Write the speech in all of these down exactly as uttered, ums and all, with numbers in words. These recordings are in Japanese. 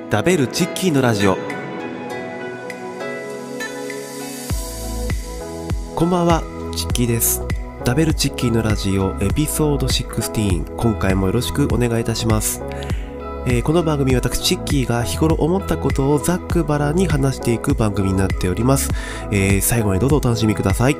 食べるチッキーのラジオ。こんばんは、チッキーです。食べるチッキーのラジオエピソードじゅうろく、今回もよろしくお願いいたします。えー、この番組は私チッキーが日頃思ったことをざっくばらんに話していく番組になっております。えー、最後までどうぞお楽しみください。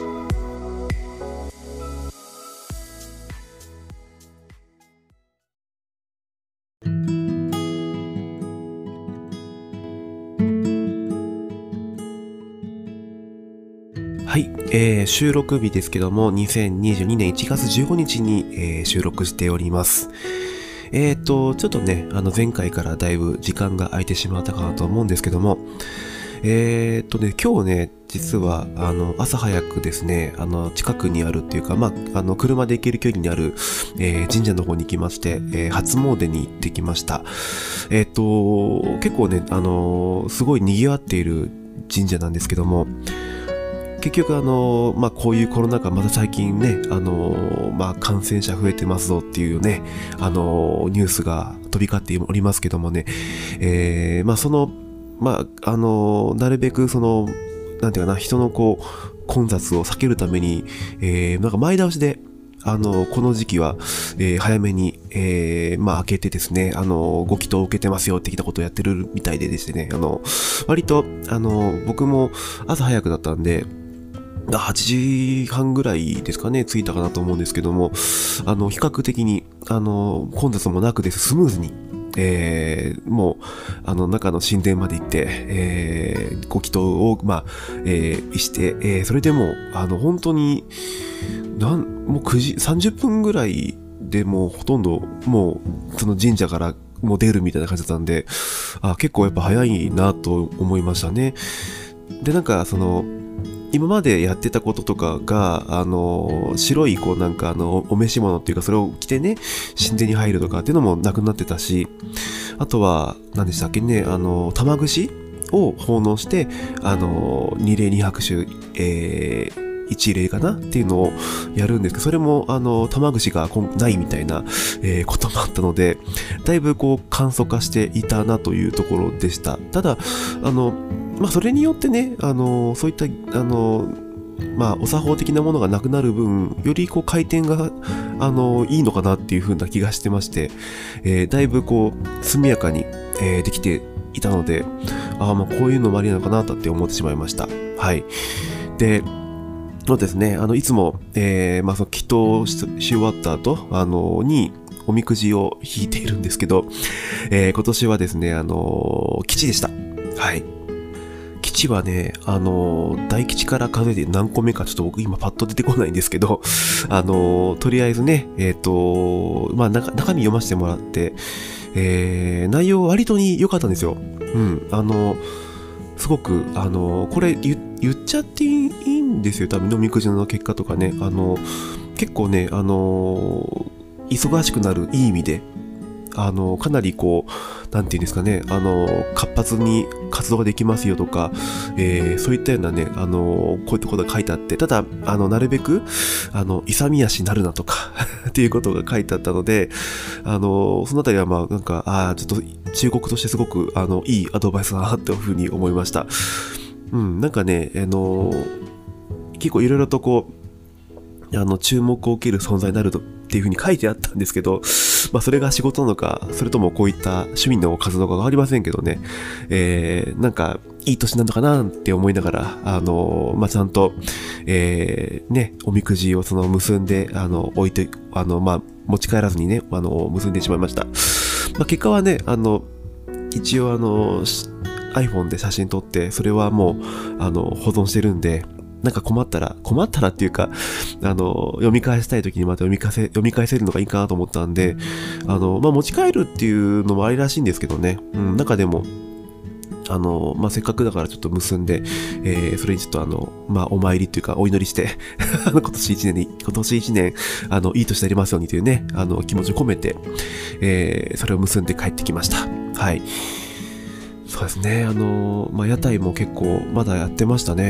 はい、えー、収録日ですけどもにせんにじゅうにねんいちがつじゅうごにちに、えー、収録しております。えーとちょっとねあの前回からだいぶ時間が空いてしまったかなと思うんですけども、えーとね今日ね実はあの朝早くですねあの近くにあるっていうかまああの車で行ける距離にある、えー、神社の方に行きまして、えー、初詣に行ってきました。えーと結構ねあのすごい賑わっている神社なんですけども、結局あのまあこういうコロナ禍また最近ねあのまあ感染者増えてますぞっていうねあのニュースが飛び交っておりますけどもね、えー、まあそのまああのなるべくそのなんていうかな人のこう混雑を避けるために、えー、なんか前倒しであのこの時期は、えー、早めに、えー、まあ開けてですねあのご祈祷を受けてますよってきたことをやってるみたいでですねあの割とあの僕も朝早くだったんではちじはんぐらいですかね着いたかなと思うんですけども、あの比較的にあの混雑もなくですスムーズに、えー、もうあの中の神殿まで行って、えー、ご祈祷をまあ、えー、して、えー、それでもあの本当になんもうくじさんじゅっぷんぐらいでもうほとんどもうその神社からもう出るみたいな感じだったんで、あ結構やっぱ早いなと思いましたね。でなんかその今までやってたこととかが、あの、白い、こうなんかあの、お召し物っていうか、それを着てね、神殿に入るとかっていうのもなくなってたし、あとは、何でしたっけね、あの、玉串を奉納して、あの、二礼二拍手、えー、一礼かなっていうのをやるんですけど、それも、あの、玉串がないみたいな、えー、こともあったので、だいぶこう、簡素化していたなというところでした。ただ、あの、まあ、それによってね、あの、そういった、あの、まあ、お作法的なものがなくなる分、よりこう回転が、あの、いいのかなっていう風な気がしてまして、えー、だいぶこう、速やかに、えー、できていたので、ああ、まあ、こういうのもありなのかなって思ってしまいました。はい。で、そうですね、あの、いつも、えー、まあ、その祈祷し終わった後、あの、に、おみくじを引いているんですけど、えー、今年はですね、あの、吉でした。はい。吉はね、あの、大吉から数えて何個目かちょっと僕今パッと出てこないんですけど、あの、とりあえずね、えっと、まあ中、中身読ませてもらって、えー、内容割とに良かったんですよ。うん、あの、すごく、あの、これ言、言っちゃっていいんですよ。多分、おみくじの結果とかね、あの、結構ね、あの、忙しくなるいい意味で、あの、かなりこう、なんていうんですかね、あの、活発に活動ができますよとか、えー、そういったようなね、あの、こういったことが書いてあって、ただ、あの、なるべく、あの、勇み足になるなとか、っていうことが書いてあったので、あの、そのあたりはまあ、なんか、ああ、ちょっと忠告としてすごく、あの、いいアドバイスだな、というふうに思いました。うん、なんかね、あの、結構いろいろとこう、あの、注目を受ける存在になると、っていう風に書いてあったんですけど、まあそれが仕事なのか、それともこういった趣味の活動かわかりませんけどね、えー、なんかいい年なのかなって思いながら、あの、まあちゃんと、えー、ね、おみくじをその結んで、あの、置いて、あの、まあ持ち帰らずにね、あの、結んでしまいました。まあ結果はね、あの、一応あの、iPhone で写真撮って、それはもう、あの、保存してるんで、なんか困ったら、困ったらっていうか、あの、読み返したい時にまた読み返せ、読み返せるのがいいかなと思ったんで、あの、まあ、持ち帰るっていうのもありらしいんですけどね。うん、中でも、あの、まあ、せっかくだからちょっと結んで、えー、それにちょっとあの、まあ、お参りっていうか、お祈りして、今年一年に、今年一年、あの、いい年でありますようにというね、あの、気持ちを込めて、えー、それを結んで帰ってきました。はい。そうですね、あの、まあ、屋台も結構、まだやってましたね。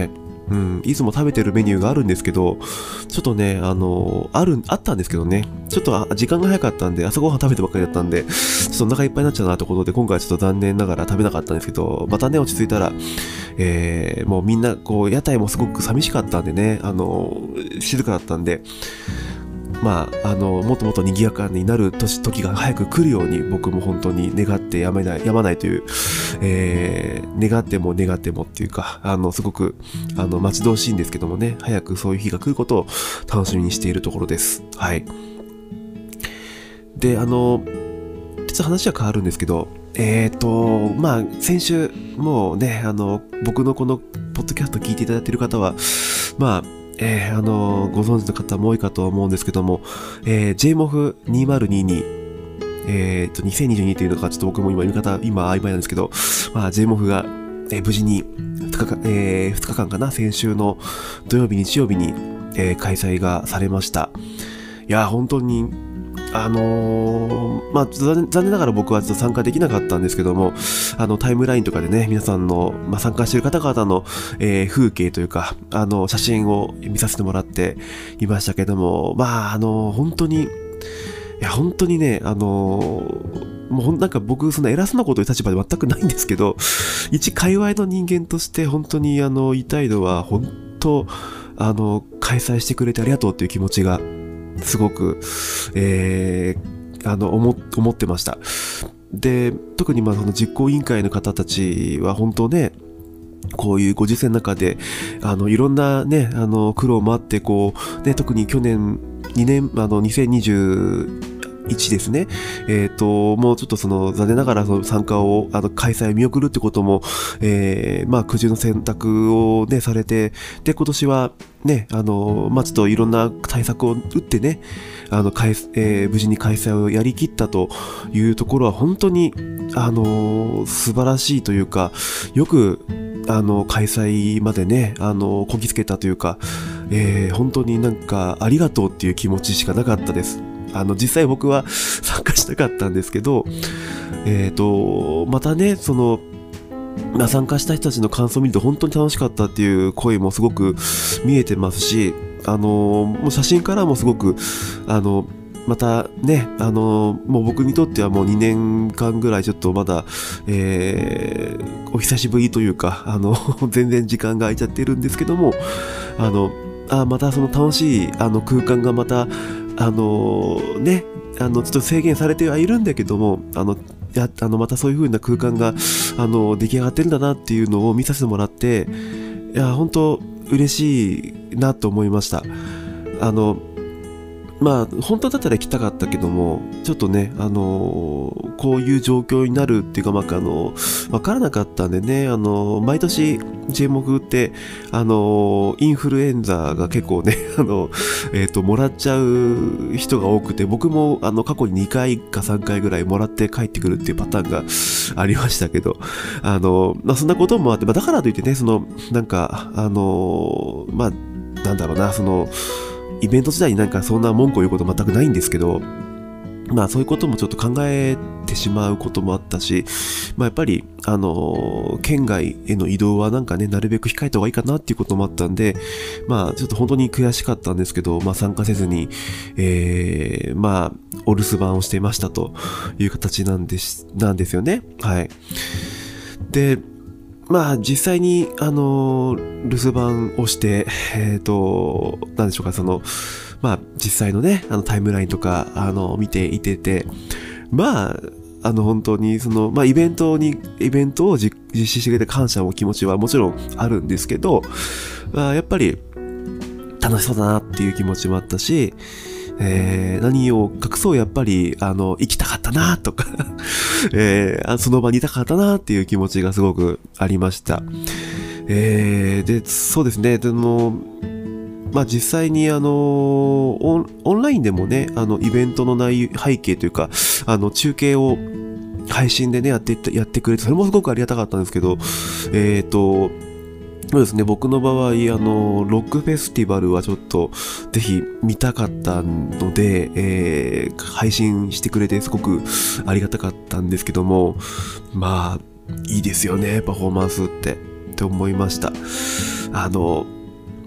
うん、いつも食べてるメニューがあるんですけど、ちょっとね、あの、ある、あったんですけどね、ちょっとあ時間が早かったんで、朝ごはん食べてばっかりだったんで、ちょっとお腹いっぱいになっちゃうなってことで、今回はちょっと残念ながら食べなかったんですけど、またね、落ち着いたら、えー、もうみんな、こう、屋台もすごく寂しかったんでね、あの、静かだったんで、まあ、あの、もっともっと賑やかになる年、時が早く来るように、僕も本当に願ってやめない、やまないという、えー、願っても願ってもっていうか、あの、すごく、あの、待ち遠しいんですけどもね、早くそういう日が来ることを楽しみにしているところです。はい。で、あの、実は話は変わるんですけど、えーと、まあ、先週、もうね、あの、僕のこの、ポッドキャスト聞いていただいている方は、まあ、えー、あのー、ご存知の方も多いかとは思うんですけども、えー、ジェイモフにせんにじゅうに、えーと、にせんにじゅうにというのか、ちょっと僕も今言い方、今曖昧なんですけど、まあ、ジェイモフが、えー、無事にふつかかん、えー、ふつかかんかな、先週の土曜日、日曜日に、えー、開催がされました。いや、本当に、あのー、まあ、残念ながら僕はちょっと参加できなかったんですけども、あの、タイムラインとかでね、皆さんの、まあ、参加している方々の、えー、風景というか、あの、写真を見させてもらっていましたけども、まあ、あの、本当に、いや、本当にね、あのー、もうなんか僕、そんな偉そうなことを言う立場で全くないんですけど、一界隈の人間として本当に、あの、言いたいのは、本当、あの、開催してくれてありがとうっていう気持ちが、すごく、えー、あの、思、思ってました。で、特にまあその実行委員会の方たちは本当ね、こういうご時世の中で、あの、いろんなね、あの、苦労もあって、こう、ね、特に去年、にねん、あの、にせんにじゅういちですね。えっと、もうちょっとその、残念ながらその参加を、あの、開催を見送るってことも、えー、まあ、苦渋の選択をね、されて、で、今年は、ね、あの、まあ、ちょっといろんな対策を打ってね、あの、開えー、無事に開催をやりきったというところは、本当に、あの、素晴らしいというか、よく、あの、開催までね、あの、こぎつけたというか、えー、本当になんか、ありがとうっていう気持ちしかなかったです。あの、実際僕は参加したかったんですけど、えっと、またね、その、まあ、参加した人たちの感想を見ると本当に楽しかったっていう声もすごく見えてますし、あの、もう写真からもすごく、あの、またね、あの、もう僕にとってはもうにねんかんぐらいちょっとまだ、えー、お久しぶりというか、あの、全然時間が空いちゃってるんですけども、あの、あ、またその楽しいあの空間がまた、あのね、あの、ちょっと制限されてはいるんだけども、あの、や、あの、またそういう風な空間が、あの、出来上がってるんだなっていうのを見させてもらって、いや、本当嬉しいなと思いました。あの、まあ、本当だったら行きたかったけども、ちょっとね、あのー、こういう状況になるっていうか、まあ、あの、わからなかったんでね、あのー、毎年、ジェイモフって、あのー、インフルエンザが結構ね、あの、えっと、もらっちゃう人が多くて、僕も、あの、過去ににかいかさんかいぐらいもらって帰ってくるっていうパターンがありましたけど、あの、まあ、そんなこともあって、まあ、だからといってね、その、なんか、あの、まあ、なんだろうな、その、イベント自体になんかそんな文句を言うこと全くないんですけど、まあそういうこともちょっと考えてしまうこともあったし、まあやっぱり、あの、県外への移動はなんかね、なるべく控えた方がいいかなっていうこともあったんで、まあちょっと本当に悔しかったんですけど、まあ参加せずに、えー、まあ、お留守番をしていましたという形なんです、なんですよね。はい。で、まあ実際にあの留守番をしてえっとなんでしょうか、そのまあ実際のねあのタイムラインとかあの見ていてて、まああの本当にそのまあイベントにイベントを実施してくれて感謝の気持ちはもちろんあるんですけど、まあ、やっぱり楽しそうだなっていう気持ちもあったし、えー、何を隠そうやっぱり、あの、行きたかったなとか、えー、その場にいたかったなっていう気持ちがすごくありました。えー、で、そうですね、でも、まあ実際にあのオン、オンラインでもね、あの、イベントの内容、背景というか、あの、中継を配信でね、やって、やってくれて、それもすごくありがたかったんですけど、えっと、そうですね、僕の場合、あの、ロックフェスティバルはちょっと、ぜひ見たかったので、えー、配信してくれてすごくありがたかったんですけども、まあ、いいですよね、パフォーマンスって、って思いました。あの、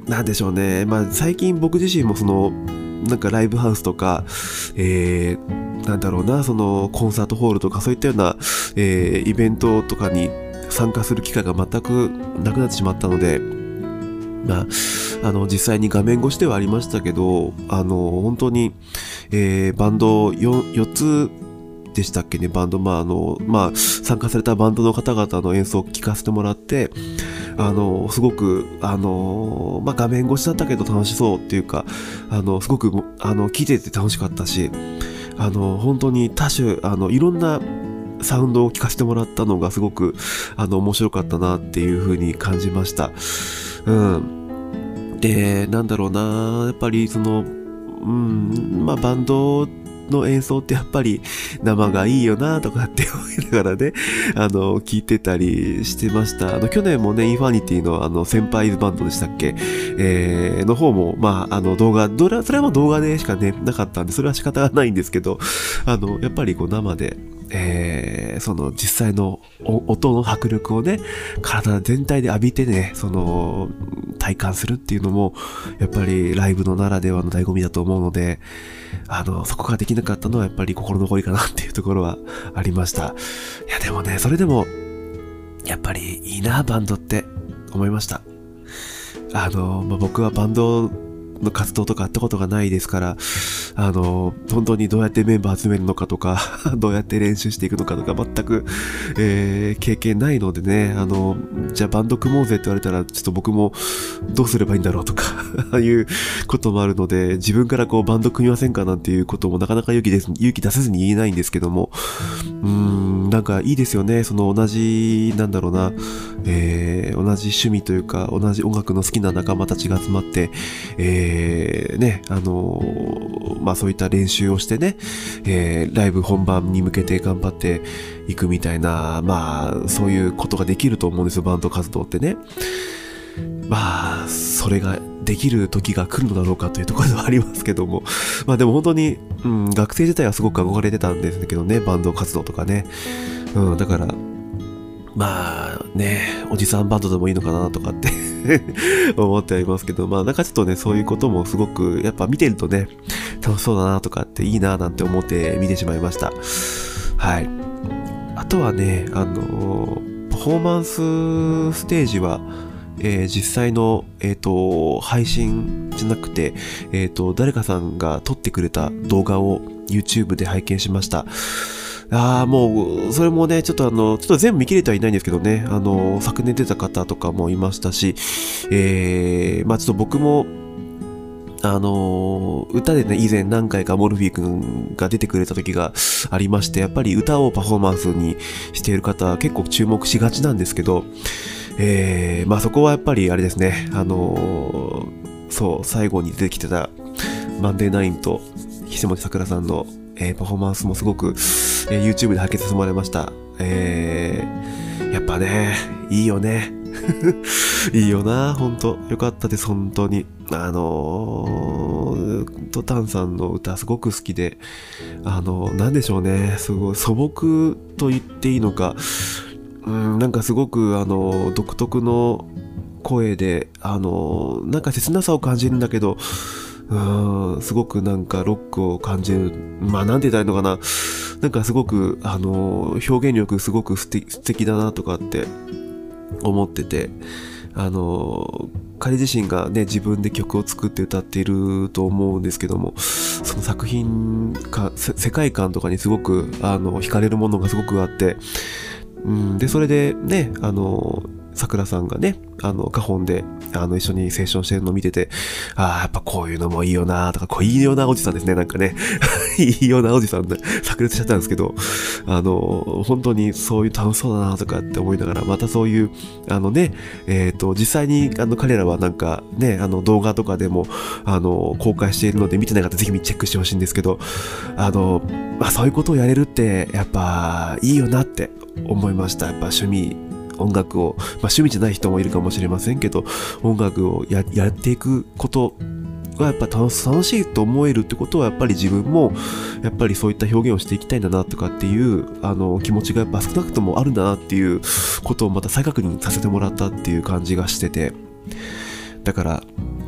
なんでしょうね。まあ最近僕自身もその、なんかライブハウスとか、えー、なんだろうな、そのコンサートホールとかそういったような、えー、イベントとかに参加する機会が全くなくなってしまったので、まあ、あの、実際に画面越しではありましたけど、あの、本当に、えー、バンド よ, よっつでしたっけね、バンド、まあ、あの、まあ、参加されたバンドの方々の演奏を聴かせてもらって、あの、すごく、あの、まあ、画面越しだったけど楽しそうっていうか、あの、すごく、あの、聴いてて楽しかったし、あの、本当に多種、あの、いろんなサウンドを聴かせてもらったのがすごく、あの、面白かったなっていう風に感じました。うん。で、なんだろうな、やっぱりその、うん、まあ、バンドの演奏ってやっぱり生がいいよなとかって思いながらね、あの、聞いてたりしてました。あの、去年もね、インファニティのあの、先輩バンドでしたっけ、えー、の方も、まあ、あの、動画、どれ、それはもう動画でしかね、なかったんで、それは仕方がないんですけど、あの、やっぱりこう生で、えー、その実際の音の迫力をね、体全体で浴びてね、その、体感するっていうのも、やっぱりライブのならではの醍醐味だと思うので、あの、そこができなかったのはやっぱり心残りかなっていうところはありました。いや、でもね、それでも、やっぱりいいな、バンドって思いました。あの、まあ、僕はバンドの活動とかやったことがないですから、あの、本当にどうやってメンバー集めるのかとか、どうやって練習していくのかとか、全く、えー、経験ないのでね、あの、じゃあバンド組もうぜって言われたら、ちょっと僕もどうすればいいんだろうとか、いうこともあるので、自分からこうバンド組みませんかなんていうこともなかなか勇気です、勇気出せずに言えないんですけども、うーん、なんかいいですよね、その同じ、なんだろうな、えー、同じ趣味というか、同じ音楽の好きな仲間たちが集まって、えー、ね、あのー、まあそういった練習をしてね、えー、ライブ本番に向けて頑張っていくみたいな、まあそういうことができると思うんですよ、バンド活動ってね。まあ、それができる時が来るのだろうかというところではありますけども。まあでも本当に、うん、学生自体はすごく憧れてたんですけどね、バンド活動とかね。うん、だから、まあね、おじさんバンドでもいいのかなとかって思ってはいますけど、まあなんかちょっとね、そういうこともすごく、やっぱ見てるとね、楽しそうだなとかっていいななんて思って見てしまいました。はい。あとはね、あの、パフォーマンスステージは、えー、実際の、えっと、配信じゃなくて、えっと、誰かさんが撮ってくれた動画を YouTube で拝見しました。ああ、もう、それもね、ちょっとあの、ちょっと全部見切れてはいないんですけどね、あの、昨年出た方とかもいましたし、えー、まあちょっと僕も、あの、歌でね、以前何回かモルフィー君が出てくれた時がありまして、やっぱり歌をパフォーマンスにしている方、結構注目しがちなんですけど、えー、まあそこはやっぱりあれですね、あのー、そう、最後に出てきてたマンデーナインと岸本桜さんの、えー、パフォーマンスもすごく、えー、YouTube で拝見させてもらいました。えー、やっぱね、いいよね。いいよな、ほんと。よかったです、本当に。あのー、トタンさんの歌すごく好きで、あのー、なんでしょうね、すごい素朴と言っていいのか、うん、なんかすごくあの独特の声であのなんか切なさを感じるんだけど、うん、すごくなんかロックを感じる。まあなんて言ったらいいのかな、なんかすごくあの表現力すごく素敵、素敵だなとかって思ってて、あの彼自身がね自分で曲を作って歌っていると思うんですけども、その作品か世界観とかにすごくあの惹かれるものがすごくあって、うん、でそれでね、あの桜さんがね、あの、カホンで、あの、一緒にセッションしてるのを見てて、ああ、やっぱこういうのもいいよなとか、こういいようなおじさんですね、なんかね。いいようなおじさんで、炸裂しちゃったんですけど、あの、本当にそういう楽しそうだなとかって思いながら、またそういう、あのね、えっと、実際に、あの、彼らはなんか、ね、あの、動画とかでも、あの、公開しているので、見てない方ぜひチェックしてほしいんですけど、あの、まあ、そういうことをやれるって、やっぱ、いいよなって思いました。やっぱ趣味、音楽を、まあ、趣味じゃない人もいるかもしれませんけど、音楽を や, やっていくことがやっぱ楽しいと思えるってことは、やっぱり自分もやっぱりそういった表現をしていきたいんだなとかっていうあの気持ちがやっぱ少なくともあるんだなっていうことをまた再確認させてもらったっていう感じがしてて、だから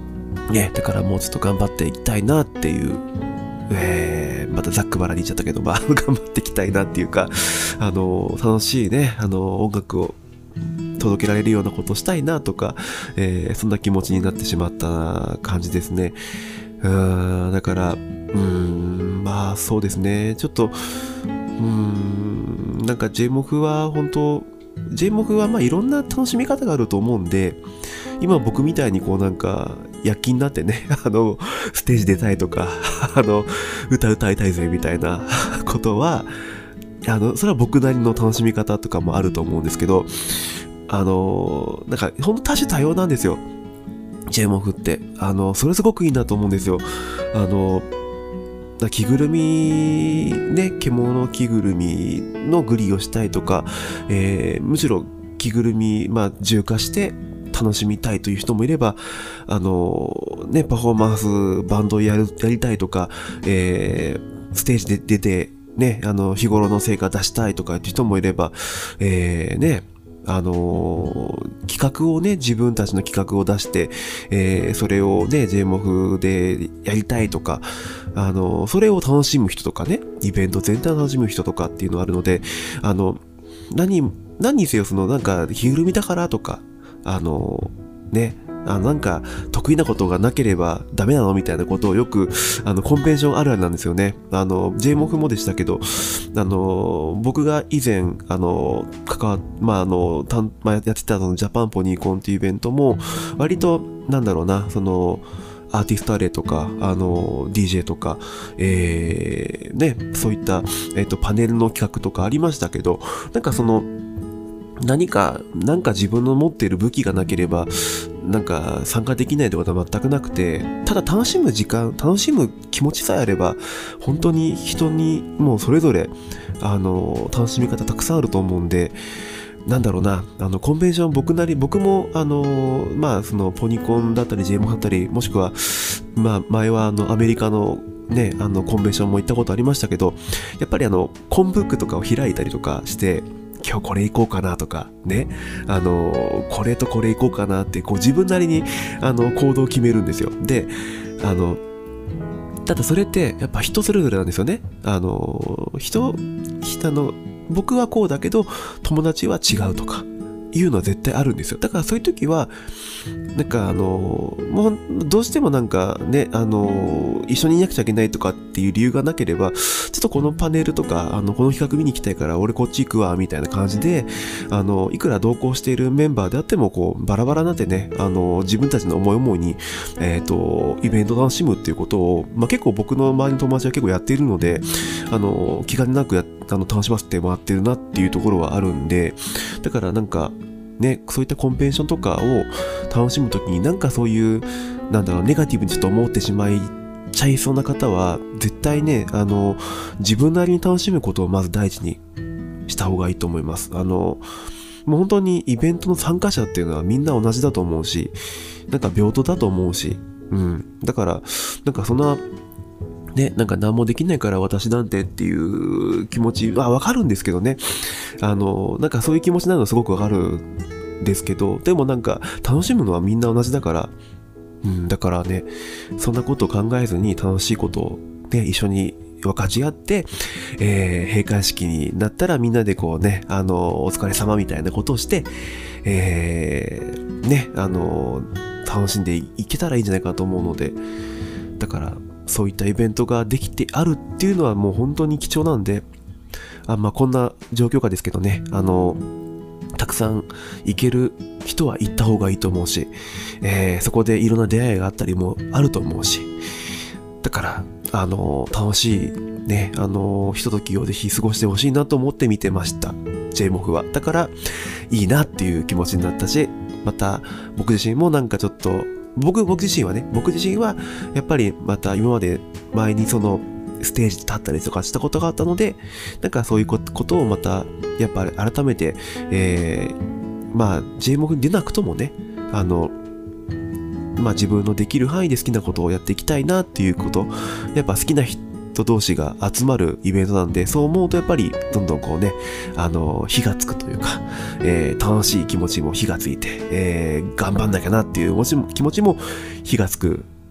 ね、だからもうちょっと頑張っていきたいなっていう、えー、またざっくばらに言っちゃったけど、まあ、頑張っていきたいなっていうか、あの、楽しいね、あの、音楽を届けられるようなことをしたいなとか、えー、そんな気持ちになってしまった感じですね。うーん、だから、うーん、まあ、そうですね、ちょっと、うーん、なんか ジェイモフ は本当、ジェイモフ はまあいろんな楽しみ方があると思うんで、今僕みたいにこうなんか躍起になってね、あの、ステージ出たいとか、あの、歌歌いたいぜみたいなことは、あの、それは僕なりの楽しみ方とかもあると思うんですけど、あの、なんかほんと多種多様なんですよ。ジェイモフ って。あの、それすごくいいなと思うんですよ。あの、着ぐるみ、ね、獣着ぐるみのグリをしたいとか、えー、むしろ着ぐるみ、まあ、重化して楽しみたいという人もいれば、あの、ね、パフォーマンス、バンドやる、やりたいとか、えー、ステージで出て、ね、あの、日頃の成果出したいとかっていう人もいれば、えー、ね、あのー、企画をね、自分たちの企画を出して、えー、それをね、ジェイモフ でやりたいとか、あのー、それを楽しむ人とかね、イベント全体を楽しむ人とかっていうのがあるので、あの、何、何にせよそのなんか、着ぐるみだからとか、あのー、ね、あなんか得意なことがなければダメなのみたいなことをよくあのコンベンションあるあるなんですよね。あの ジェイモフ もでしたけど、あの僕が以前あの関わまああのたん、まあ、やってたそのジャパンポニーコンっていうイベントも割となんだろうなそのアーティストアレイとか、あの、ディージェー とか、えー、ね、そういった、えっと、パネルの企画とかありましたけど、なんかその、何か、なんか自分の持っている武器がなければ、なんか参加できないってことは全くなくて、ただ楽しむ時間、楽しむ気持ちさえあれば、本当に人にもうそれぞれ、あの、楽しみ方たくさんあると思うんで、なんだろうな、あの、コンベンション僕なり、僕も、あの、まあ、その、ポニコンだったり、ジェイモフ だったり、もしくは、まあ、前は、あの、アメリカの、ね、あの、コンベンションも行ったことありましたけど、やっぱりあの、コンブックとかを開いたりとかして、今日これ行こうかなとか、ね、あの、これとこれ行こうかなって、こう、自分なりに、あの、行動を決めるんですよ。で、あの、ただそれって、やっぱ人それぞれなんですよね。あの、人、人の、僕はこうだけど友達は違うとかいうのは絶対あるんですよ。だからそういう時はなんかあのもうどうしてもなんかねあの一緒にいなくちゃいけないとかっていう理由がなければちょっとこのパネルとかあのこの企画見に行きたいから俺こっち行くわみたいな感じであのいくら同行しているメンバーであってもこうバラバラになってねあの自分たちの思い思いにえっとイベントを楽しむっていうことをまあ結構僕の周りの友達は結構やっているのであの気兼ねなくやあの楽しませてもらってるなっていうところはあるんでだからなんかねそういったコンベンションとかを楽しむときになんかそういうなんだろうネガティブにちょっと思ってしまいちゃいそうな方は絶対ねあの自分なりに楽しむことをまず第一にした方がいいと思います。あのもう本当にイベントの参加者っていうのはみんな同じだと思うしなんか平等だと思うし、うん、だからなんかそんなね、なんか何もできないから私なんてっていう気持ちはわかるんですけどね。あの、なんかそういう気持ちなのすごくわかるんですけど、でもなんか楽しむのはみんな同じだから、うん、だからね、そんなことを考えずに楽しいことをね、一緒に分かち合って、えー、閉会式になったらみんなでこうね、あの、お疲れ様みたいなことをして、えー、ね、あの、楽しんでいけたらいいんじゃないかなと思うので、だから、そういったイベントができてあるっていうのはもう本当に貴重なんで、あまあこんな状況下ですけどね、あの、たくさん行ける人は行った方がいいと思うし、えー、そこでいろんな出会いがあったりもあると思うし、だから、あの、楽しいね、あの、ひとときをぜひ過ごしてほしいなと思って見てました。ジェイモフ は。だから、いいなっていう気持ちになったし、また僕自身もなんかちょっと、僕、僕自身はね、僕自身は、やっぱりまた今まで前にそのステージで立ったりとかしたことがあったので、なんかそういうことをまた、やっぱり改めて、えー、まあ、ジェイモフ に出なくともね、あの、まあ自分のできる範囲で好きなことをやっていきたいなっていうこと、やっぱ好きな人同士が集まるイベントなんで、そう思うとやっぱりどんどんこうね、あの、火がつくというか、えー、楽しい気持ちも火がついて、えー、頑張んなきゃなっていう気持ちも火がつく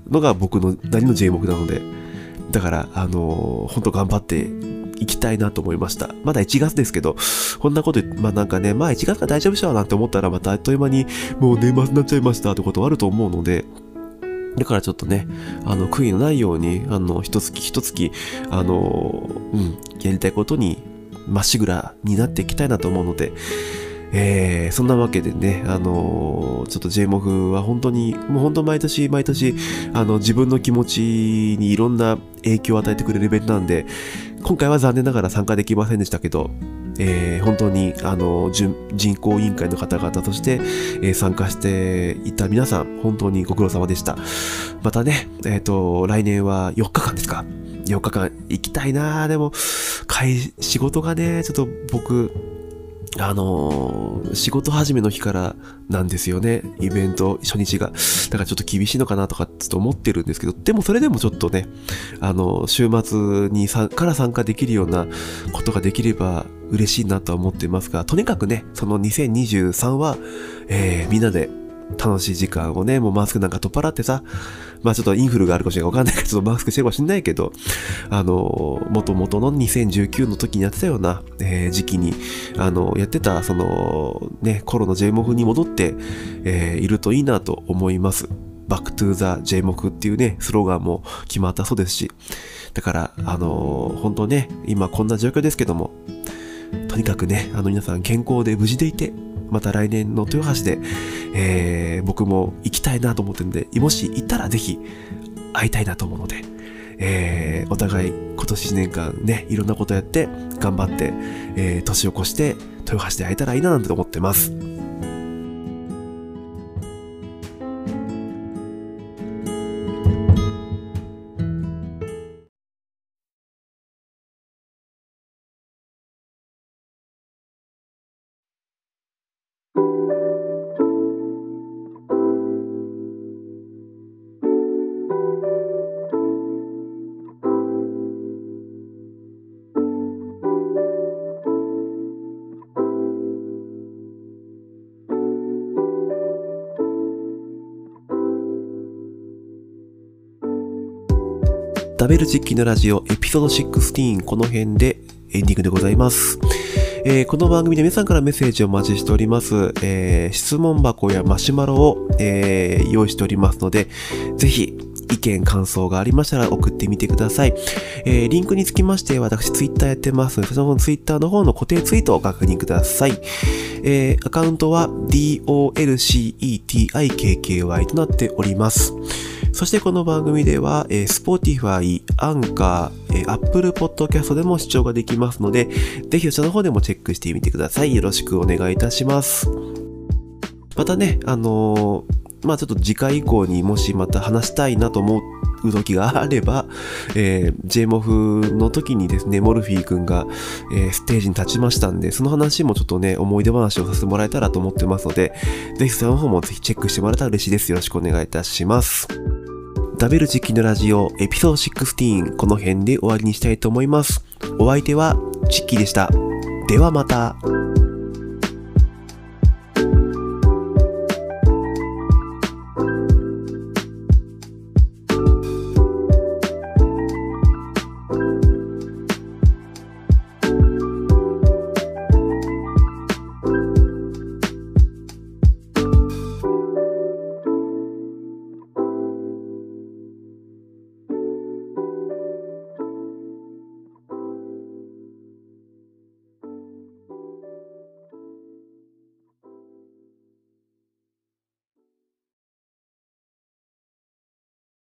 のが僕のなりの ジェイモフ なので、だから、あのー、本当頑張っていきたいなと思いました。まだいちがつですけど、こんなこと言って、まあなんかね、まあいちがつから大丈夫しょなんて思ったらまたあっという間にもう年末になっちゃいましたってことあると思うので、だからちょっとね、あの、悔いのないように、あの、一月一月、あの、うん、やりたいことにまっしぐらになっていきたいなと思うので、えー、そんなわけでね、あのー、ちょっと ジェイモフ は本当に、もう本当毎年毎年、あの、自分の気持ちにいろんな影響を与えてくれるイベントなんで、今回は残念ながら参加できませんでしたけど、えー、本当に、あの、人行委員会の方々として、えー、参加していた皆さん、本当にご苦労様でした。またね、えっと、来年はよっかかんですか。よっかかん行きたいなぁ。でも、会、仕事がね、ちょっと僕、あのー、仕事始めの日からなんですよね。イベント初日が。だからちょっと厳しいのかなとかちょっと思ってるんですけど、でもそれでもちょっとね、あのー、週末にさから参加できるようなことができれば嬉しいなとは思っていますが、とにかくね、そのにせんにじゅうさんは、えー、みんなで楽しい時間をね、もうマスクなんか取っ払ってさ、まあちょっとインフルがあるかもしれないかわかんないけど、ちょっとマスクしてるかもしれないけど、あの、元々のにせんじゅうきゅうの時にやってたような、えー、時期に、あの、やってた、その、ね、頃の ジェイモフ に戻って、えー、いるといいなと思います。バックトゥーザ ジェイモフ っていうね、スローガンも決まったそうですし、だから、あの、本当ね、今こんな状況ですけども、とにかくね、あの皆さん健康で無事でいて、また来年の豊橋で、えー、僕も行きたいなと思ってるんで、もし行ったらぜひ会いたいなと思うので、えー、お互い今年いちねんかんね、いろんなことやって頑張って、えー、年を越して豊橋で会えたらいいななんて思ってます。食べる実機のラジオエピソードじゅうろく、この辺でエンディングでございます。えー、この番組で皆さんからメッセージをお待ちしております。えー、質問箱やマシュマロを、えー、用意しておりますので、ぜひ意見感想がありましたら送ってみてください。えー、リンクにつきまして私ツイッターやってますので、そのツイッターの方の固定ツイートをご確認ください。えー、アカウントは ドルセット キャッキーワイ となっております。そしてこの番組では、えー、Spotify、Anchor、えー、Apple Podcast でも視聴ができますので、ぜひそちらの方でもチェックしてみてください。よろしくお願いいたします。またね、あのー、まあちょっと次回以降にもしまた話したいなと思う時があれば、えー、ジェイモフ の時にですね、モルフィー君が、えー、ステージに立ちましたんで、その話もちょっとね、思い出話をさせてもらえたらと思ってますので、ぜひその方もぜひチェックしてもらえたら嬉しいです。よろしくお願いいたします。食べる時期のラジオエピソードじゅうろく、この辺で終わりにしたいと思います。お相手はチッキーでした。ではまた。